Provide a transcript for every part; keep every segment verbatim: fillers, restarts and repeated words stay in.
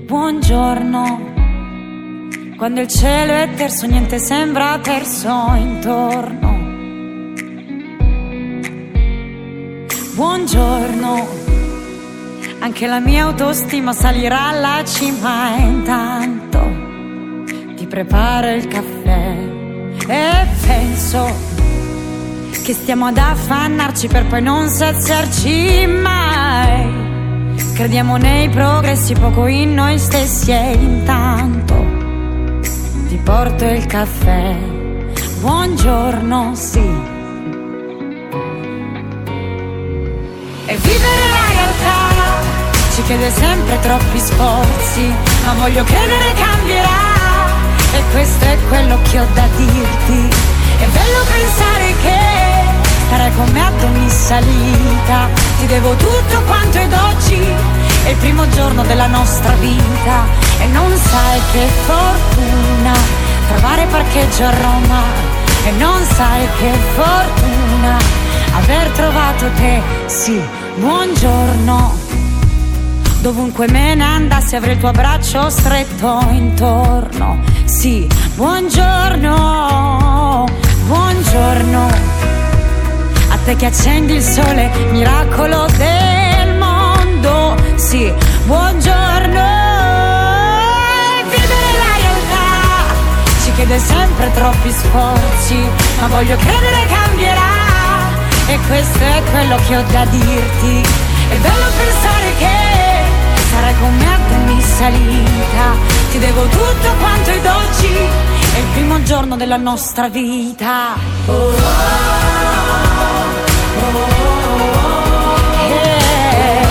Buongiorno, quando il cielo è terso niente sembra terso intorno. Buongiorno, anche la mia autostima salirà alla cima e intanto ti preparo il caffè e penso che stiamo ad affannarci per poi non saziarci mai. Crediamo nei progressi, poco in noi stessi e intanto ti porto il caffè. Buongiorno, sì. E vivere la realtà ci chiede sempre troppi sforzi, ma voglio credere cambierà e questo è quello che ho da dirti. È bello pensare che starai con me ad ogni salita, ti devo tutto quanto ed oggi è il primo giorno della nostra vita. E non sai che fortuna trovare parcheggio a Roma, e non sai che fortuna aver trovato te, sì, buongiorno. Dovunque me ne andassi avrei il tuo abbraccio stretto intorno, sì, buongiorno, buongiorno. A te che accendi il sole, miracolo del mondo, sì, buongiorno. E vivere la realtà ci chiede sempre troppi sforzi, ma voglio credere cambierà e questo è quello che ho da dirti. È bello pensare che sarai con me ad ogni salita, ti devo tutto quanto ed oggi è il primo giorno della nostra vita. Oh, oh, oh, oh, yeah.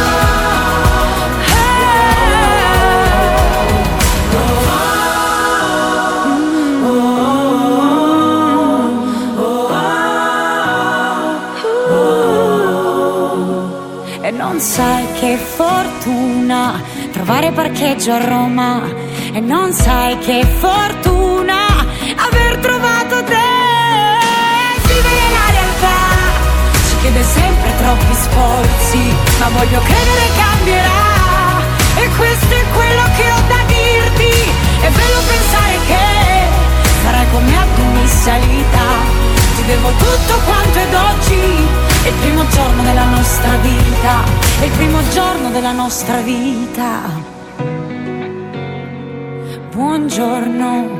E non sai che fortuna trovare parcheggio a Roma, e non sai che fortuna aver trovato te. Vivere la realtà ci chiede sempre troppi sforzi, ma voglio credere cambierà e questo è quello che ho da dirti. È bello pensare che sarai con me ad ogni salita, ti devo tutto quanto ed oggi è il primo giorno della nostra vita, è il primo giorno della nostra vita. Buongiorno.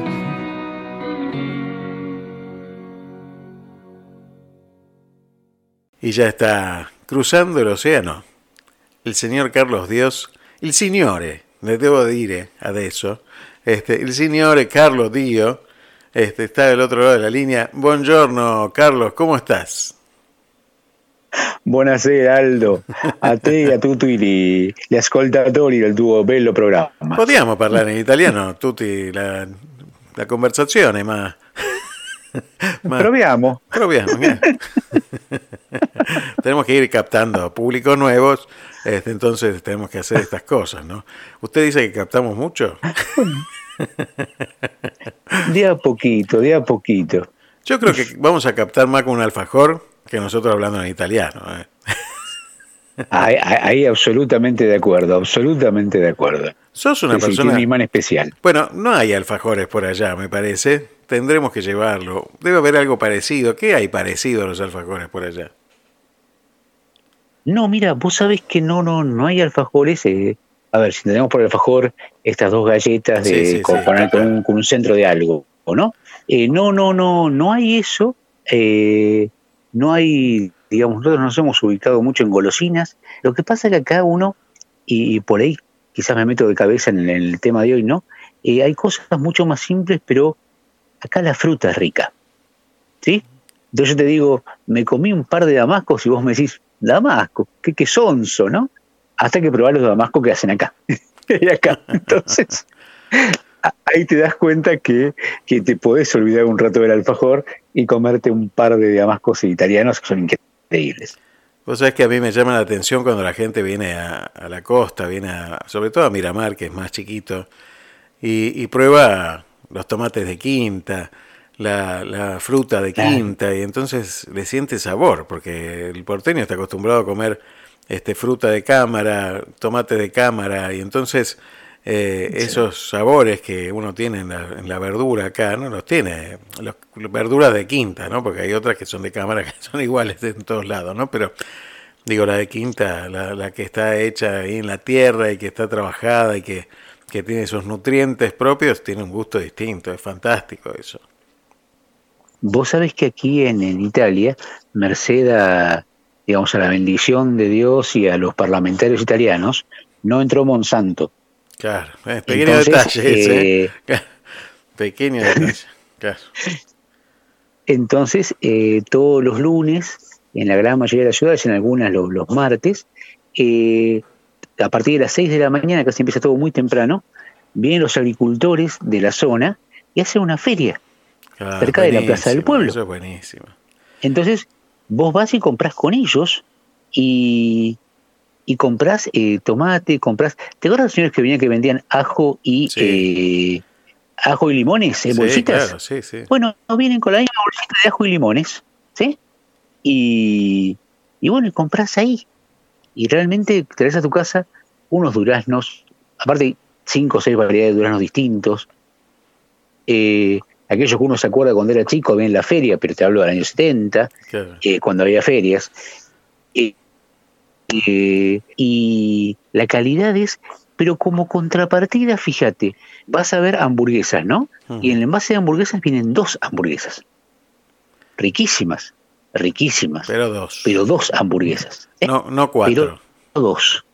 Y ya está cruzando el océano il signor Carlos Dios, il signore, le devo dire adesso, este, il signore Carlos Dio, este, está del otro lado de la línea. Buongiorno Carlos, ¿cómo estás? Buonasera Aldo, a te e a tutti gli, gli ascoltatori del tuo bello programma. Possiamo parlare in italiano, tutti la, la conversazione, ma... ma proviamo. Proviamo, ¿eh? Tenemos que ir captando públicos nuevos, este, entonces tenemos que hacer estas cosas, ¿no? ¿Usted dice que captamos mucho? De a poquito, de a poquito. Yo creo que vamos a captar más con un alfajor que nosotros hablando en italiano, ¿eh? Ahí, ahí absolutamente de acuerdo, absolutamente de acuerdo. Sos una que persona... Sí, un imán especial. Bueno, no hay alfajores por allá, me parece. Tendremos que llevarlo. Debe haber algo parecido. ¿Qué hay parecido a los alfajores por allá? No, mira, vos sabés que no, no, no hay alfajores. Eh, a ver, si tenemos por alfajor estas dos galletas de sí, sí, con, sí, con, claro. con, un, con un centro de algo, ¿no? Eh, no, no, no, no hay eso. Eh, no hay, digamos, nosotros nos hemos ubicado mucho en golosinas. Lo que pasa es que acá uno, y, y por ahí quizás me meto de cabeza en el, en el tema de hoy, ¿no? Eh, hay cosas mucho más simples, pero acá la fruta es rica, ¿sí? Entonces yo te digo, me comí un par de damascos y vos me decís, damasco, qué, qué sonso, ¿no? Hasta que probás los damascos que hacen acá. Y acá, entonces, ahí te das cuenta que, que te podés olvidar un rato del alfajor y comerte un par de damascos italianos que son increíbles. Vos sabés que a mí me llama la atención cuando la gente viene a, a la costa, viene a, sobre todo a Miramar, que es más chiquito, y, y prueba los tomates de quinta, la, la fruta de quinta, y entonces le siente sabor, porque el porteño está acostumbrado a comer este, fruta de cámara, tomate de cámara, y entonces eh, sí. esos sabores que uno tiene en la, en la verdura acá, no los tiene, las verduras de quinta, ¿no? Porque hay otras que son de cámara que son iguales en todos lados, ¿no? Pero digo, la de quinta, la, la que está hecha ahí en la tierra y que está trabajada y que, que tiene esos nutrientes propios, tiene un gusto distinto, es fantástico eso. Vos sabés que aquí en, en Italia, merced a, digamos, a la bendición de Dios y a los parlamentarios italianos, no entró Monsanto. Claro, eh, pequeño Entonces, detalle eh, ese, ¿eh? Pequeño detalle, claro. Entonces, eh, todos los lunes, en la gran mayoría de las ciudades, en algunas los, los martes, eh, a partir de las seis de la mañana, casi empieza todo muy temprano, vienen los agricultores de la zona y hacen una feria. Claro, cerca de la Plaza del Pueblo. Eso es buenísimo. Entonces, vos vas y comprás con ellos y, y comprás eh, tomate, comprás... ¿Te acuerdas, señores, que venían que vendían ajo y sí. eh, ajo y limones en sí, bolsitas? Claro, sí, sí. Bueno, vienen con la misma bolsita de ajo y limones, ¿sí? Y, y bueno, y comprás ahí. Y realmente traes a tu casa unos duraznos, aparte cinco o seis variedades de duraznos distintos, eh... aquellos que uno se acuerda cuando era chico, había en la feria, pero te hablo del año setenta, claro. eh, cuando había ferias. Eh, eh, y la calidad es, pero como contrapartida, fíjate, vas a ver hamburguesas, ¿no? Uh-huh. Y en el envase de hamburguesas vienen dos hamburguesas. Riquísimas, riquísimas. Pero dos. Pero dos hamburguesas. ¿eh? No, no cuatro. Pero dos.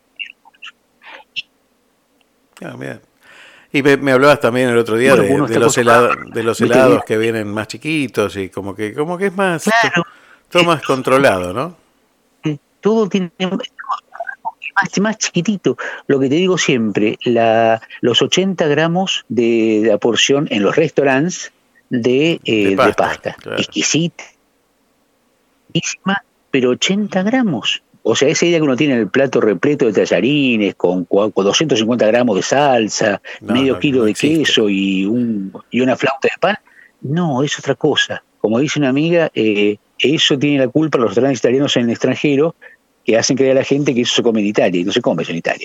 Ah, bien. Y me, me hablabas también el otro día bueno, de, de, los helado, de los helados que vienen más chiquitos y como que como que es más claro. todo más controlado, ¿no? Todo tiene más, más chiquitito. Lo que te digo siempre, la, los ochenta gramos de la porción en los restaurantes de, eh, de pasta, de pasta. Claro. Exquisita, pero ochenta gramos. O sea, esa idea que uno tiene el plato repleto de tallarines, con, con doscientos cincuenta gramos de salsa, no, medio no, kilo no de queso y, un, y una flauta de pan, no, es otra cosa. Como dice una amiga, eh, eso tiene la culpa los restaurantes italianos en el extranjero, que hacen creer a la gente que eso se come en Italia, y no se come eso en Italia.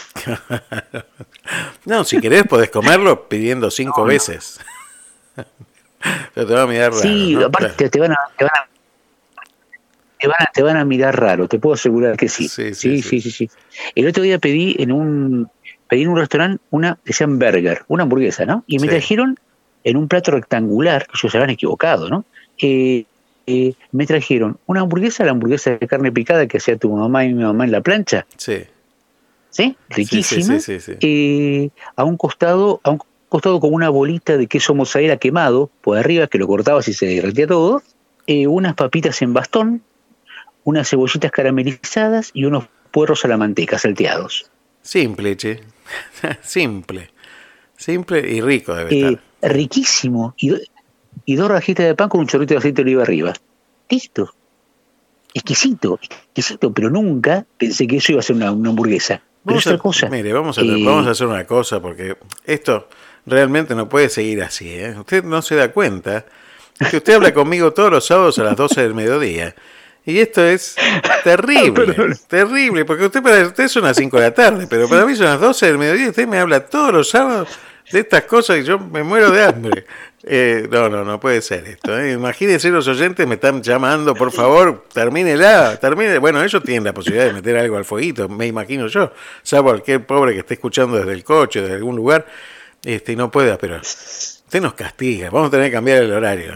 No, si querés podés comerlo pidiendo cinco no, veces. Pero te van a mirar raro. Sí, ¿no? aparte te van a... Te van a Te van, a, te van a mirar raro, te puedo asegurar que sí. Sí sí sí, sí, sí, sí. El otro día pedí en un pedí en un restaurante una, decían burger, una hamburguesa, ¿no? Y me sí. trajeron en un plato rectangular, que ellos se habían equivocado, ¿no? Eh, eh, me trajeron una hamburguesa, la hamburguesa de carne picada que hacía tu mamá y mi mamá en la plancha. Sí. ¿Sí? Riquísima. Sí, sí, sí, sí, sí. Eh, a un costado, a un costado con una bolita de queso mozzarella quemado por arriba, que lo cortabas y se derretía todo. Eh, unas papitas en bastón, unas cebollitas caramelizadas y unos puerros a la manteca salteados. Simple, che. Simple. Simple y rico debe eh, estar. Riquísimo. Y, do, y dos rajitas de pan con un chorrito de aceite de oliva arriba. Listo. Exquisito, exquisito, pero nunca pensé que eso iba a ser una, una hamburguesa. Pero es otra cosa. Mire, vamos a, eh, vamos a hacer una cosa, porque esto realmente no puede seguir así, ¿eh? Usted no se da cuenta que usted habla conmigo todos los sábados a las doce del mediodía. Y esto es terrible, terrible, porque usted para usted son las cinco de la tarde, pero para mí son las doce del mediodía y usted me habla todos los sábados de estas cosas y yo me muero de hambre. Eh, no, no, no puede ser esto. ¿eh? Imagínense, los oyentes me están llamando, por favor, termínela, termine. Bueno, ellos tienen la posibilidad de meter algo al fueguito, me imagino yo, salvo cualquier pobre que esté escuchando desde el coche, desde algún lugar, este, y no pueda, pero usted nos castiga, vamos a tener que cambiar el horario.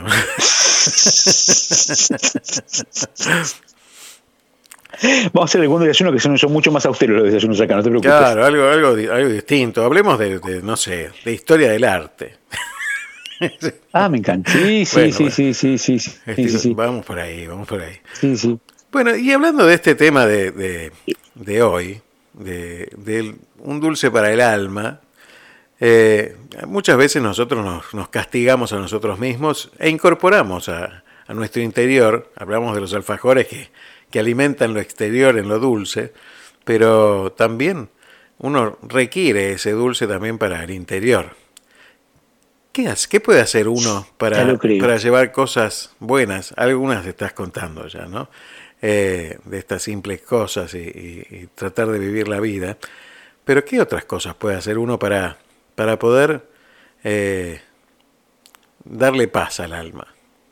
Vamos a hacer algunos desayunos que son, son mucho más austeros los desayunos acá, no te preocupes. Claro, algo, algo, algo distinto. Hablemos de, de, no sé, de historia del arte. Ah, me encanta. Sí, sí, bueno, sí, bueno. sí, sí, sí, sí, Este, sí, sí. Vamos por ahí, vamos por ahí. Sí, sí. Bueno, y hablando de este tema de, de, de hoy, de, de un dulce para el alma, eh, muchas veces nosotros nos, nos castigamos a nosotros mismos e incorporamos a, a nuestro interior, hablamos de los alfajores que, que alimentan lo exterior en lo dulce, pero también uno requiere ese dulce también para el interior. ¿Qué, hace, ¿Qué puede hacer uno para, para llevar cosas buenas? Algunas te estás contando ya, ¿no? Eh, de estas simples cosas y, y, y tratar de vivir la vida. Pero ¿qué otras cosas puede hacer uno para, para poder eh, darle paz al alma?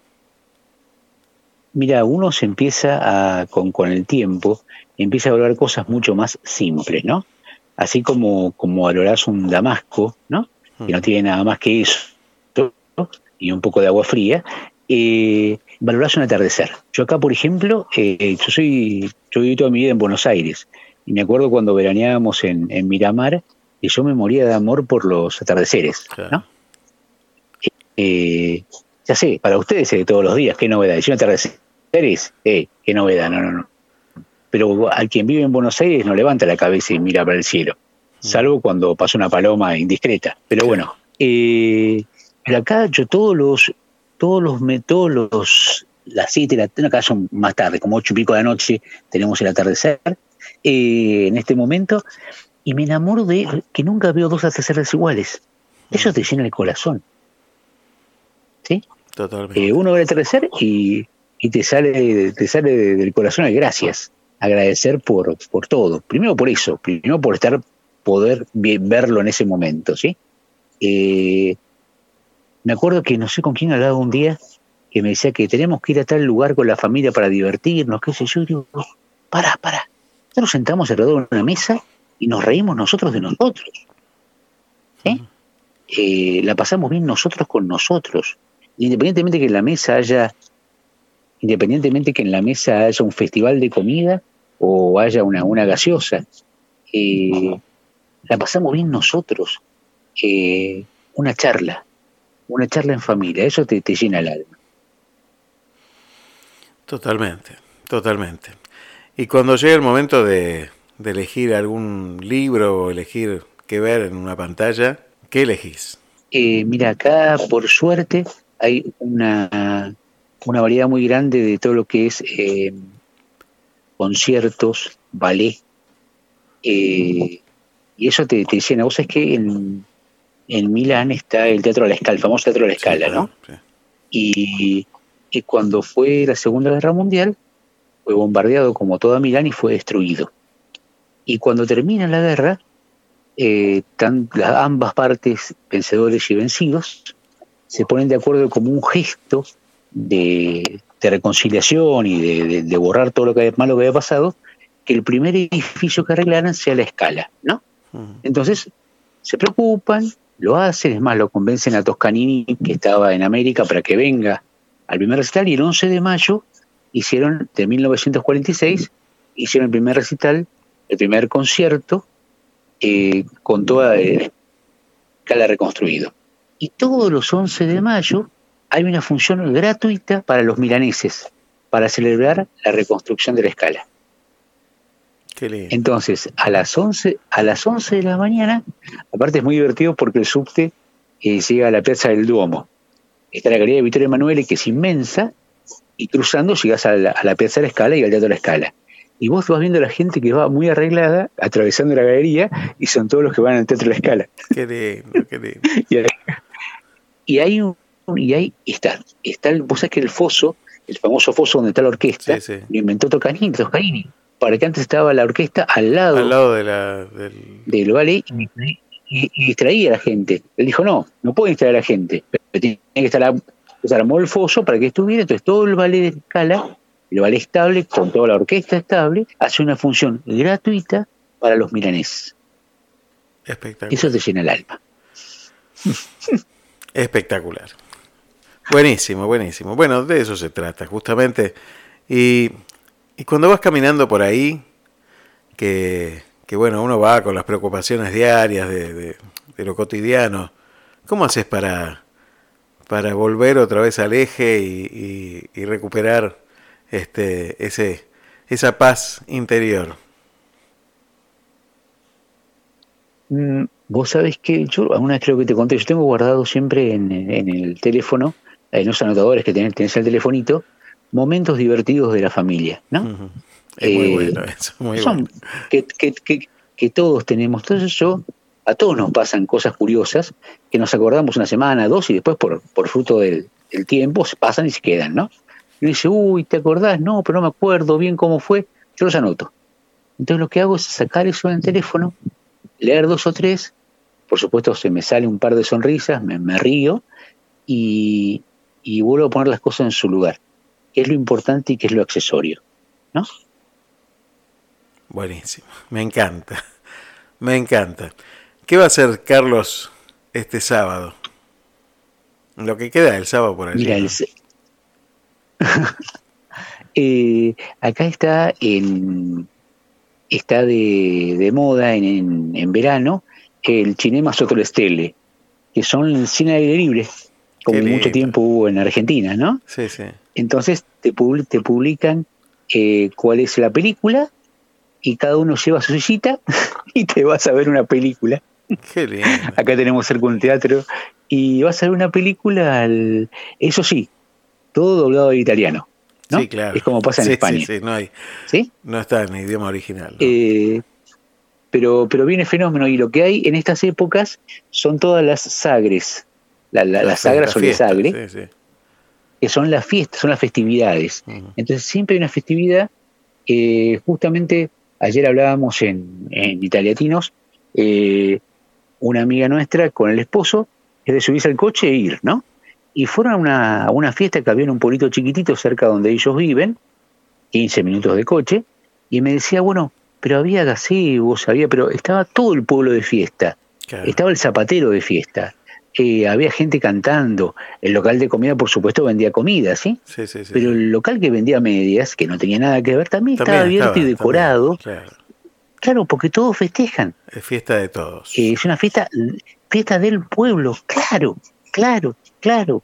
Mira, uno se empieza a, con, con el tiempo, empieza a valorar cosas mucho más simples, ¿no? Así como, como valorás un damasco, ¿no? Que no tiene nada más que eso, ¿no? Y un poco de agua fría, eh, valorás un atardecer. Yo acá, por ejemplo, eh, yo soy, yo viví toda mi vida en Buenos Aires, y me acuerdo cuando veraneábamos en, en Miramar, y yo me moría de amor por los atardeceres, Claro. ¿no? Eh, ya sé, para ustedes es de todos los días, qué novedad. Y si un atardecer, eh, qué novedad, no, no, no. Pero al quien vive en Buenos Aires no levanta la cabeza y mira para el cielo, salvo cuando pasa una paloma indiscreta. Pero bueno, eh, pero acá yo todos los, todos los, todos los, las siete de la tarde, acá son más tarde, como ocho y pico de la noche, tenemos el atardecer, eh, en este momento, y me enamoro de que nunca veo dos atardeceres iguales. Eso te llena el corazón. ¿Sí? Totalmente. Eh, uno ve el atardecer y, y te sale, te sale del corazón el gracias. Agradecer por, por todo. Primero por eso, primero por estar, poder verlo en ese momento, ¿sí? Eh, me acuerdo que no sé con quién hablaba un día que me decía que tenemos que ir a tal lugar con la familia para divertirnos, qué sé yo. Y digo, pará, pará. Nosotros sentamos alrededor de una mesa y nos reímos nosotros de nosotros. ¿Sí? Eh, la pasamos bien nosotros con nosotros. Independientemente que en la mesa haya, independientemente que en la mesa haya un festival de comida o haya una, una gaseosa, eh, la pasamos bien nosotros. Eh, una charla, una charla en familia, eso te, te llena el alma. Totalmente, totalmente. Y cuando llega el momento de, de elegir algún libro o elegir qué ver en una pantalla, ¿qué elegís? Eh, mira, acá por suerte hay una, una variedad muy grande de todo lo que es eh, conciertos, ballet, eh, y eso te, te llena. Vos sabés que en, en Milán está el Teatro La Scala, el famoso Teatro La Scala, sí, ¿no? Sí. Y, y cuando fue la Segunda Guerra Mundial, fue bombardeado como toda Milán y fue destruido. Y cuando termina la guerra, eh, tan, las, ambas partes, vencedores y vencidos, se ponen de acuerdo como un gesto de, de reconciliación y de, de, de borrar todo lo que malo que había pasado, que el primer edificio que arreglaran sea La Scala, ¿no? Uh-huh. Entonces se preocupan, lo hacen, es más, lo convencen a Toscanini, que estaba en América, para que venga al primer recital, y el once de mayo hicieron, de mil novecientos cuarenta y seis, hicieron el primer recital, el primer concierto, eh, con toda la Scala reconstruido. Y todos los once de mayo hay una función gratuita para los milaneses, para celebrar la reconstrucción de la Scala. Qué lindo. Entonces, a las once, a las once de la mañana, aparte es muy divertido porque el subte eh, llega a la Piazza del Duomo. Está la galería de Vittorio Emanuele, que es inmensa, y cruzando llegas a la, a la Piazza de la Scala y al Teatro de la Scala. Y vos vas viendo a la gente que va muy arreglada, atravesando la galería, y son todos los que van al Teatro de la Scala. Qué lindo, qué lindo. y, hay, y hay un, y ahí está, está el, vos sabés que el foso, el famoso foso donde está la orquesta, sí, sí. Lo inventó Toscanini, Toscanini, para que antes estaba la orquesta al lado, al lado de la, del... del ballet y, y, y distraía a la gente. Él dijo, no, no puede distraer a la gente, pero tiene que estar a, se armó el foso para que estuviera. Entonces todo el ballet de Scala, el ballet estable, con toda la orquesta estable, hace una función gratuita para los milaneses. Espectacular. Eso te llena el alma. Espectacular. Buenísimo, buenísimo. Bueno, de eso se trata, justamente. Y, y cuando vas caminando por ahí, que, que bueno, uno va con las preocupaciones diarias de, de, de lo cotidiano, ¿cómo haces para, para volver otra vez al eje y, y, y recuperar este, ese, esa paz interior? Mm, vos sabés que yo alguna vez creo que te conté, yo tengo guardado siempre en, en el teléfono, en los anotadores que tenés, tenés el telefonito, momentos divertidos de la familia, ¿no? Uh-huh. Es eh, muy bueno eso, muy son bueno. Que, que, que, que todos tenemos. Entonces yo, a todos nos pasan cosas curiosas que nos acordamos una semana, dos, y después por, por fruto del, del tiempo se pasan y se quedan, ¿no? Y uno dice, uy, ¿te acordás? No, pero no me acuerdo bien cómo fue. Yo los anoto. Entonces lo que hago es sacar eso en el teléfono leer dos o tres, por supuesto se me sale un par de sonrisas, me, me río y, y vuelvo a poner las cosas en su lugar, qué es lo importante y qué es lo accesorio, ¿no? Buenísimo, me encanta, me encanta. ¿Qué va a hacer Carlos este sábado? Lo que queda del sábado por allí. Mira, ¿no? el, eh, acá está en, está de, de moda en, en, en verano el Cinema Sotto Stelle, que son el cine al aire libre, como mucho tiempo hubo en Argentina, ¿no? Sí, sí. Entonces te, pub, te publican eh, cuál es la película y cada uno lleva su sillita y te vas a ver una película. Qué lindo. Acá tenemos cerca un teatro y vas a ver una película, al, eso sí, todo doblado al italiano, ¿no? Sí, claro. Es como pasa en sí, España. Sí, sí, no hay, ¿sí? No está en idioma original, ¿no? Eh, pero, pero viene fenómeno y lo que hay en estas épocas son todas las sagres, la, la, las, las sagras o la sagre, sí, sí. que son las fiestas, son las festividades. Uh-huh. Entonces siempre hay una festividad, eh, justamente ayer hablábamos en, en Italiatinos, eh, una amiga nuestra con el esposo, es de subirse al coche e ir, ¿no? Y fueron a una, a una fiesta que había en un pueblito chiquitito cerca donde ellos viven, quince minutos de coche, y me decía, bueno, pero había gazebos, había, pero estaba todo el pueblo de fiesta, claro. Estaba el zapatero de fiesta, eh, había gente cantando, el local de comida por supuesto vendía comida, ¿sí? Sí, sí, sí, pero sí. el local que vendía medias, que no tenía nada que ver, también, también estaba abierto estaba, y decorado. También, claro. Claro, porque todos festejan. Es fiesta de todos. Eh, es una fiesta, fiesta del pueblo, claro, claro, claro.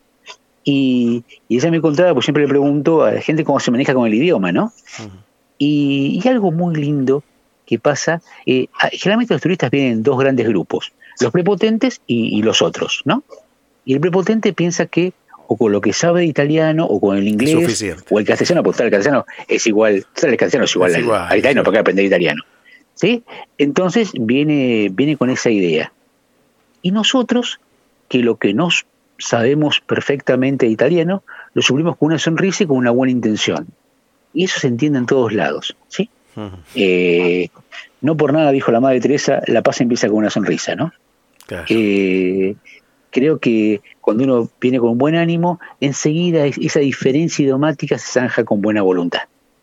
Y, y ella me contaba, pues siempre le pregunto a la gente cómo se maneja con el idioma, ¿no? Uh-huh. Y, y algo muy lindo que pasa, eh, generalmente los turistas vienen en dos grandes grupos, los prepotentes y, y los otros, ¿no? Y el prepotente piensa que o con lo que sabe de italiano, o con el inglés, o el castellano, porque el castellano es igual, el castellano es igual, es igual al, al italiano, sí. Para qué aprender italiano. ¿Sí? Entonces viene, viene con esa idea. Y nosotros, que lo que no sabemos perfectamente de italiano, lo suplimos con una sonrisa y con una buena intención. Y eso se entiende en todos lados, ¿sí? Uh-huh. Eh, no por nada, dijo la Madre Teresa, la paz empieza con una sonrisa, ¿no? Claro. Eh, creo que cuando uno viene con buen ánimo, enseguida esa diferencia idiomática se zanja con buena voluntad.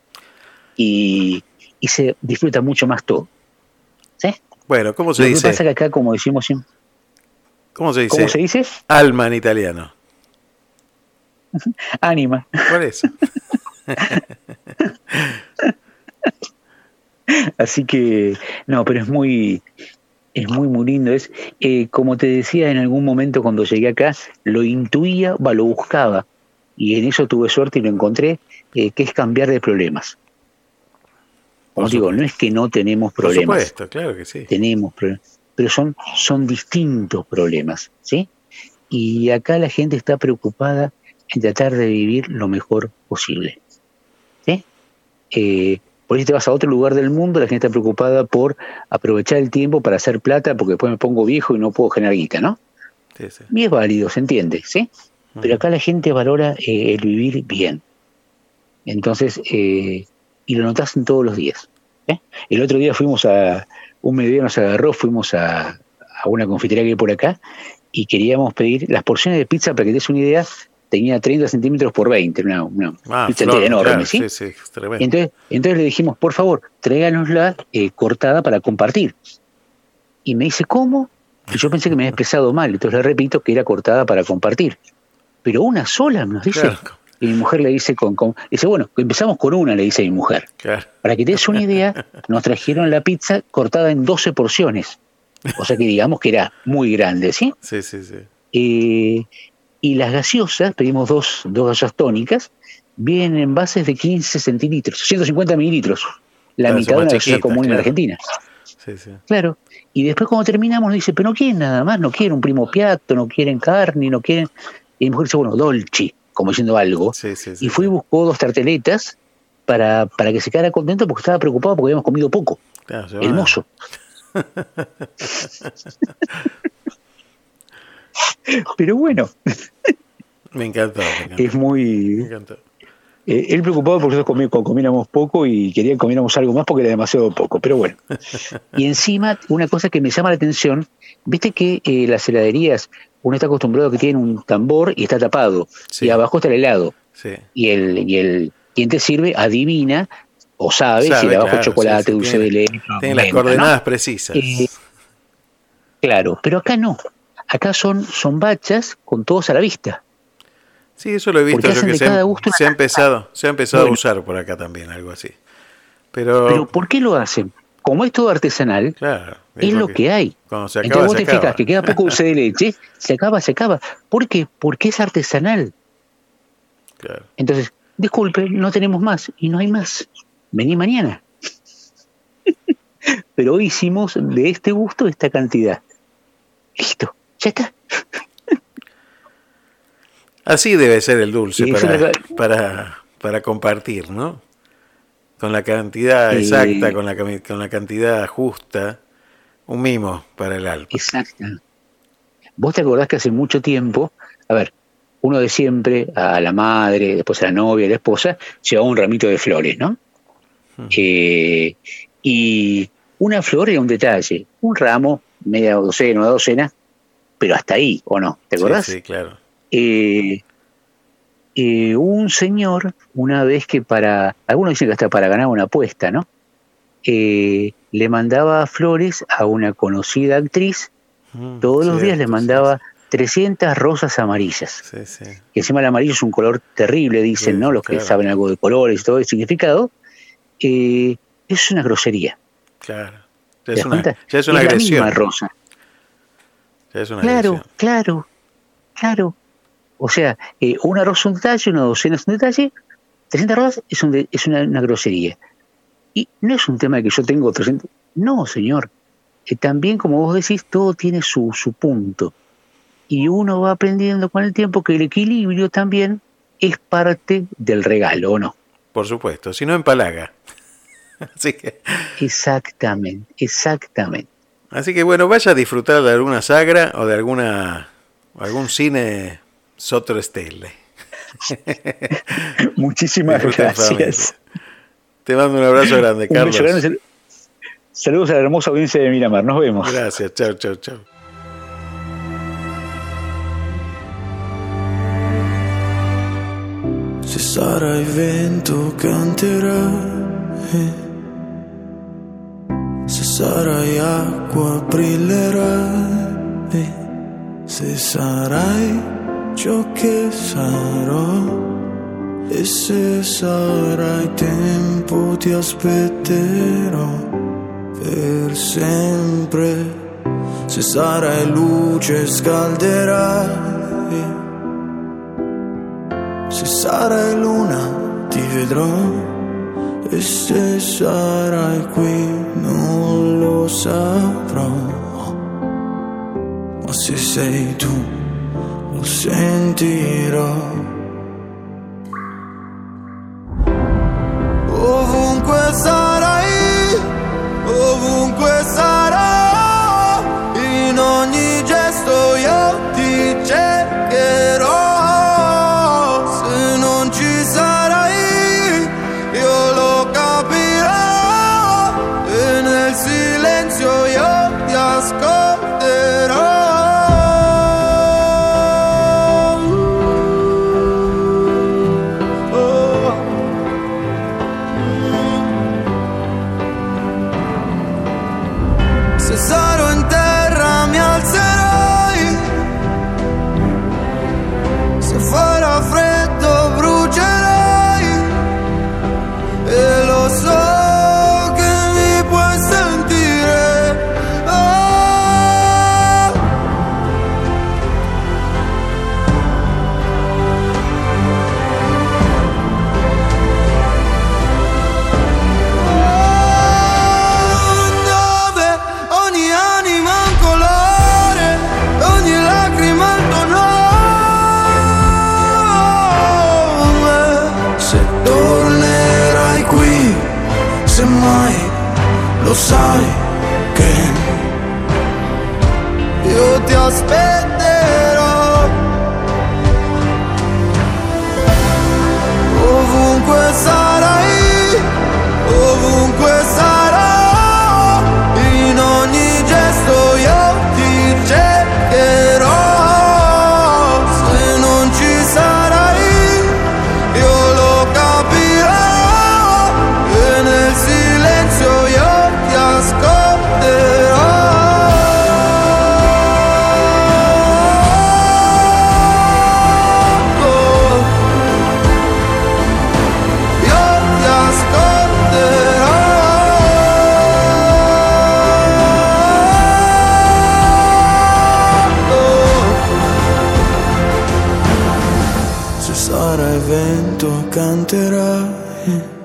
Y... y se disfruta mucho más todo. ¿Sí? Bueno, ¿cómo se Lo dice? Lo que pasa que acá, como decimos siempre... ¿Cómo se dice? ¿Cómo se dice? Alma en italiano. Ánima. Por eso. Así que, no, pero es muy... es muy, muy lindo. Es, eh, como te decía en algún momento cuando llegué acá, lo intuía, va, lo buscaba. Y en eso tuve suerte y lo encontré, eh, que es cambiar de problemas. Como digo, no es que no tenemos problemas. Por supuesto, claro que sí. Tenemos problemas, pero son, son distintos problemas, ¿sí? Y acá la gente está preocupada en tratar de vivir lo mejor posible, ¿sí? Eh, por si te vas a otro lugar del mundo, la gente está preocupada por aprovechar el tiempo para hacer plata, porque después me pongo viejo y no puedo generar guita, ¿no? Sí, sí. Y es válido, se entiende, ¿sí? Uh-huh. Pero acá la gente valora eh, el vivir bien. Entonces... Eh, y lo notas en todos los días. ¿eh? El otro día fuimos a, un mediodía nos agarró, fuimos a, a una confitería que hay por acá y queríamos pedir las porciones de pizza, para que te des una idea, tenía treinta centímetros por veinte, una, una ah, pizza flor, enorme, claro, ¿sí? Sí, sí, tremendo. Entonces, entonces le dijimos, por favor, tráiganosla eh, cortada para compartir. Y me dice, ¿cómo? Y yo pensé que me había expresado mal, entonces le repito que era cortada para compartir. Pero una sola, nos dice... Claro. Y mi mujer le dice, con, con, dice, bueno, empezamos con una, le dice mi mujer. Claro. Para que te des una idea, nos trajeron la pizza cortada en doce porciones. O sea que digamos que era muy grande, ¿sí? Sí, sí, sí. Eh, y las gaseosas, pedimos dos, dos gaseosas tónicas, vienen en envases de quince centilitros, ciento cincuenta mililitros. La claro, mitad de una gaseosa común claro. En Argentina. Sí, sí. Claro. Y después cuando terminamos nos dice, pero no quieren nada más, no quieren un primo piatto, no quieren carne, no quieren... Y mi mujer dice, bueno, dolci, como diciendo algo, sí, sí, sí, y fui y buscó dos tarteletas para, para que se quedara contento, porque estaba preocupado porque habíamos comido poco. Claro, el mozo. Pero bueno. Me encantó, me encantó. Es muy... Me encantó. Eh, él preocupado porque nosotros comí, comiéramos poco y quería que comiéramos algo más porque era demasiado poco, pero bueno. Y encima, una cosa que me llama la atención, viste que eh, las heladerías, uno está acostumbrado a que tienen un tambor y está tapado, Sí. y abajo está el helado. Sí. Y el, y el quien te sirve adivina o sabe, Sabe, si de abajo claro, chocolate, sí, sí, dulce tiene- de leche. Tiene las menta, coordenadas ¿no? precisas. Eh, claro, pero acá no. Acá son, son bachas con todos a la vista. Sí, eso lo he visto Porque yo hacen que de se, cada gusto una se ha cantidad. empezado, se ha empezado Bueno. a usar por acá también, algo así. Pero, Pero ¿por qué lo hacen? Como es todo artesanal, claro, es lo porque que hay. Cuando se Entonces acaba, vos se te fijas acaba. que queda poco dulce de leche, se acaba, se acaba. ¿Por qué? Porque es artesanal. Claro. Entonces, disculpe, no tenemos más y no hay más. Vení mañana. Pero hoy hicimos de este gusto esta cantidad. Listo, ya está. Así debe ser el dulce Y es para, una- para, para compartir, ¿no? Con la cantidad Eh, exacta, con la, cami- con la cantidad justa, un mimo para el alma. Exacto. Vos te acordás que hace mucho tiempo, a ver, uno de siempre, a la madre, después a la novia, a la esposa, llevaba un ramito de flores, ¿no? Eh, y una flor era un detalle, un ramo, media docena, una docena, pero hasta ahí, ¿o no? ¿Te acordás? Sí, sí, claro. Eh, eh, hubo un señor, una vez que para, algunos dicen que hasta para ganar una apuesta, ¿no? Eh, le mandaba flores a una conocida actriz, Mm, todos los días le cierto, mandaba trescientas rosas amarillas. Sí, sí. sí. Que encima el amarillo es un color terrible, dicen, Sí, ¿no? Los claro. que saben algo de colores y todo el significado. Eh, es una grosería. Claro. Ya ¿Te es das una, cuenta? ya es una la agresión. misma rosa. Ya es una Claro, agresión. claro, claro. O sea, eh, una rosa es un detalle, una docena es un detalle, trescientas rosas es, un de- es una, una grosería. Y no es un tema de que yo tengo trescientas. No, señor. Eh, también, como vos decís, todo tiene su, su punto. Y uno va aprendiendo con el tiempo que el equilibrio también es parte del regalo, ¿o no? Por supuesto, si no empalaga. Así que, Exactamente, exactamente. así que bueno, vaya a disfrutar de alguna sagra o de alguna algún cine Sotto Stelle. Muchísimas Disfruten en familia. gracias. Te mando un abrazo grande, Un Carlos. beso grande. Saludos a la hermosa audiencia de Miramar. Nos vemos. Gracias, chao, chao, chao. Se sarai vento canterai, se sarai acqua brillerai, se sarai ciò che sarò, e se sarai tempo ti aspetterò per sempre, se sarai luce scalderai, se sarai luna ti vedrò, e se sarai qui non lo saprò, ma se sei tu lo sentirò. Ovunque sarai, ovunque sarò, in ogni gesto io ti cercherò. Se non ci sarai, io lo capirò, e nel silenzio io ti ascolterò. Oh. Se sarò in terra mi alzerai, se farà freddo brucerai, e lo so che mi puoi sentire. Oh. Dove ogni anima ha un colore, ogni lacrima ha il tuo nome. Se tornerai qui, se mai lo sai che io ti aspetterò. Ovunque sarai vento, canterai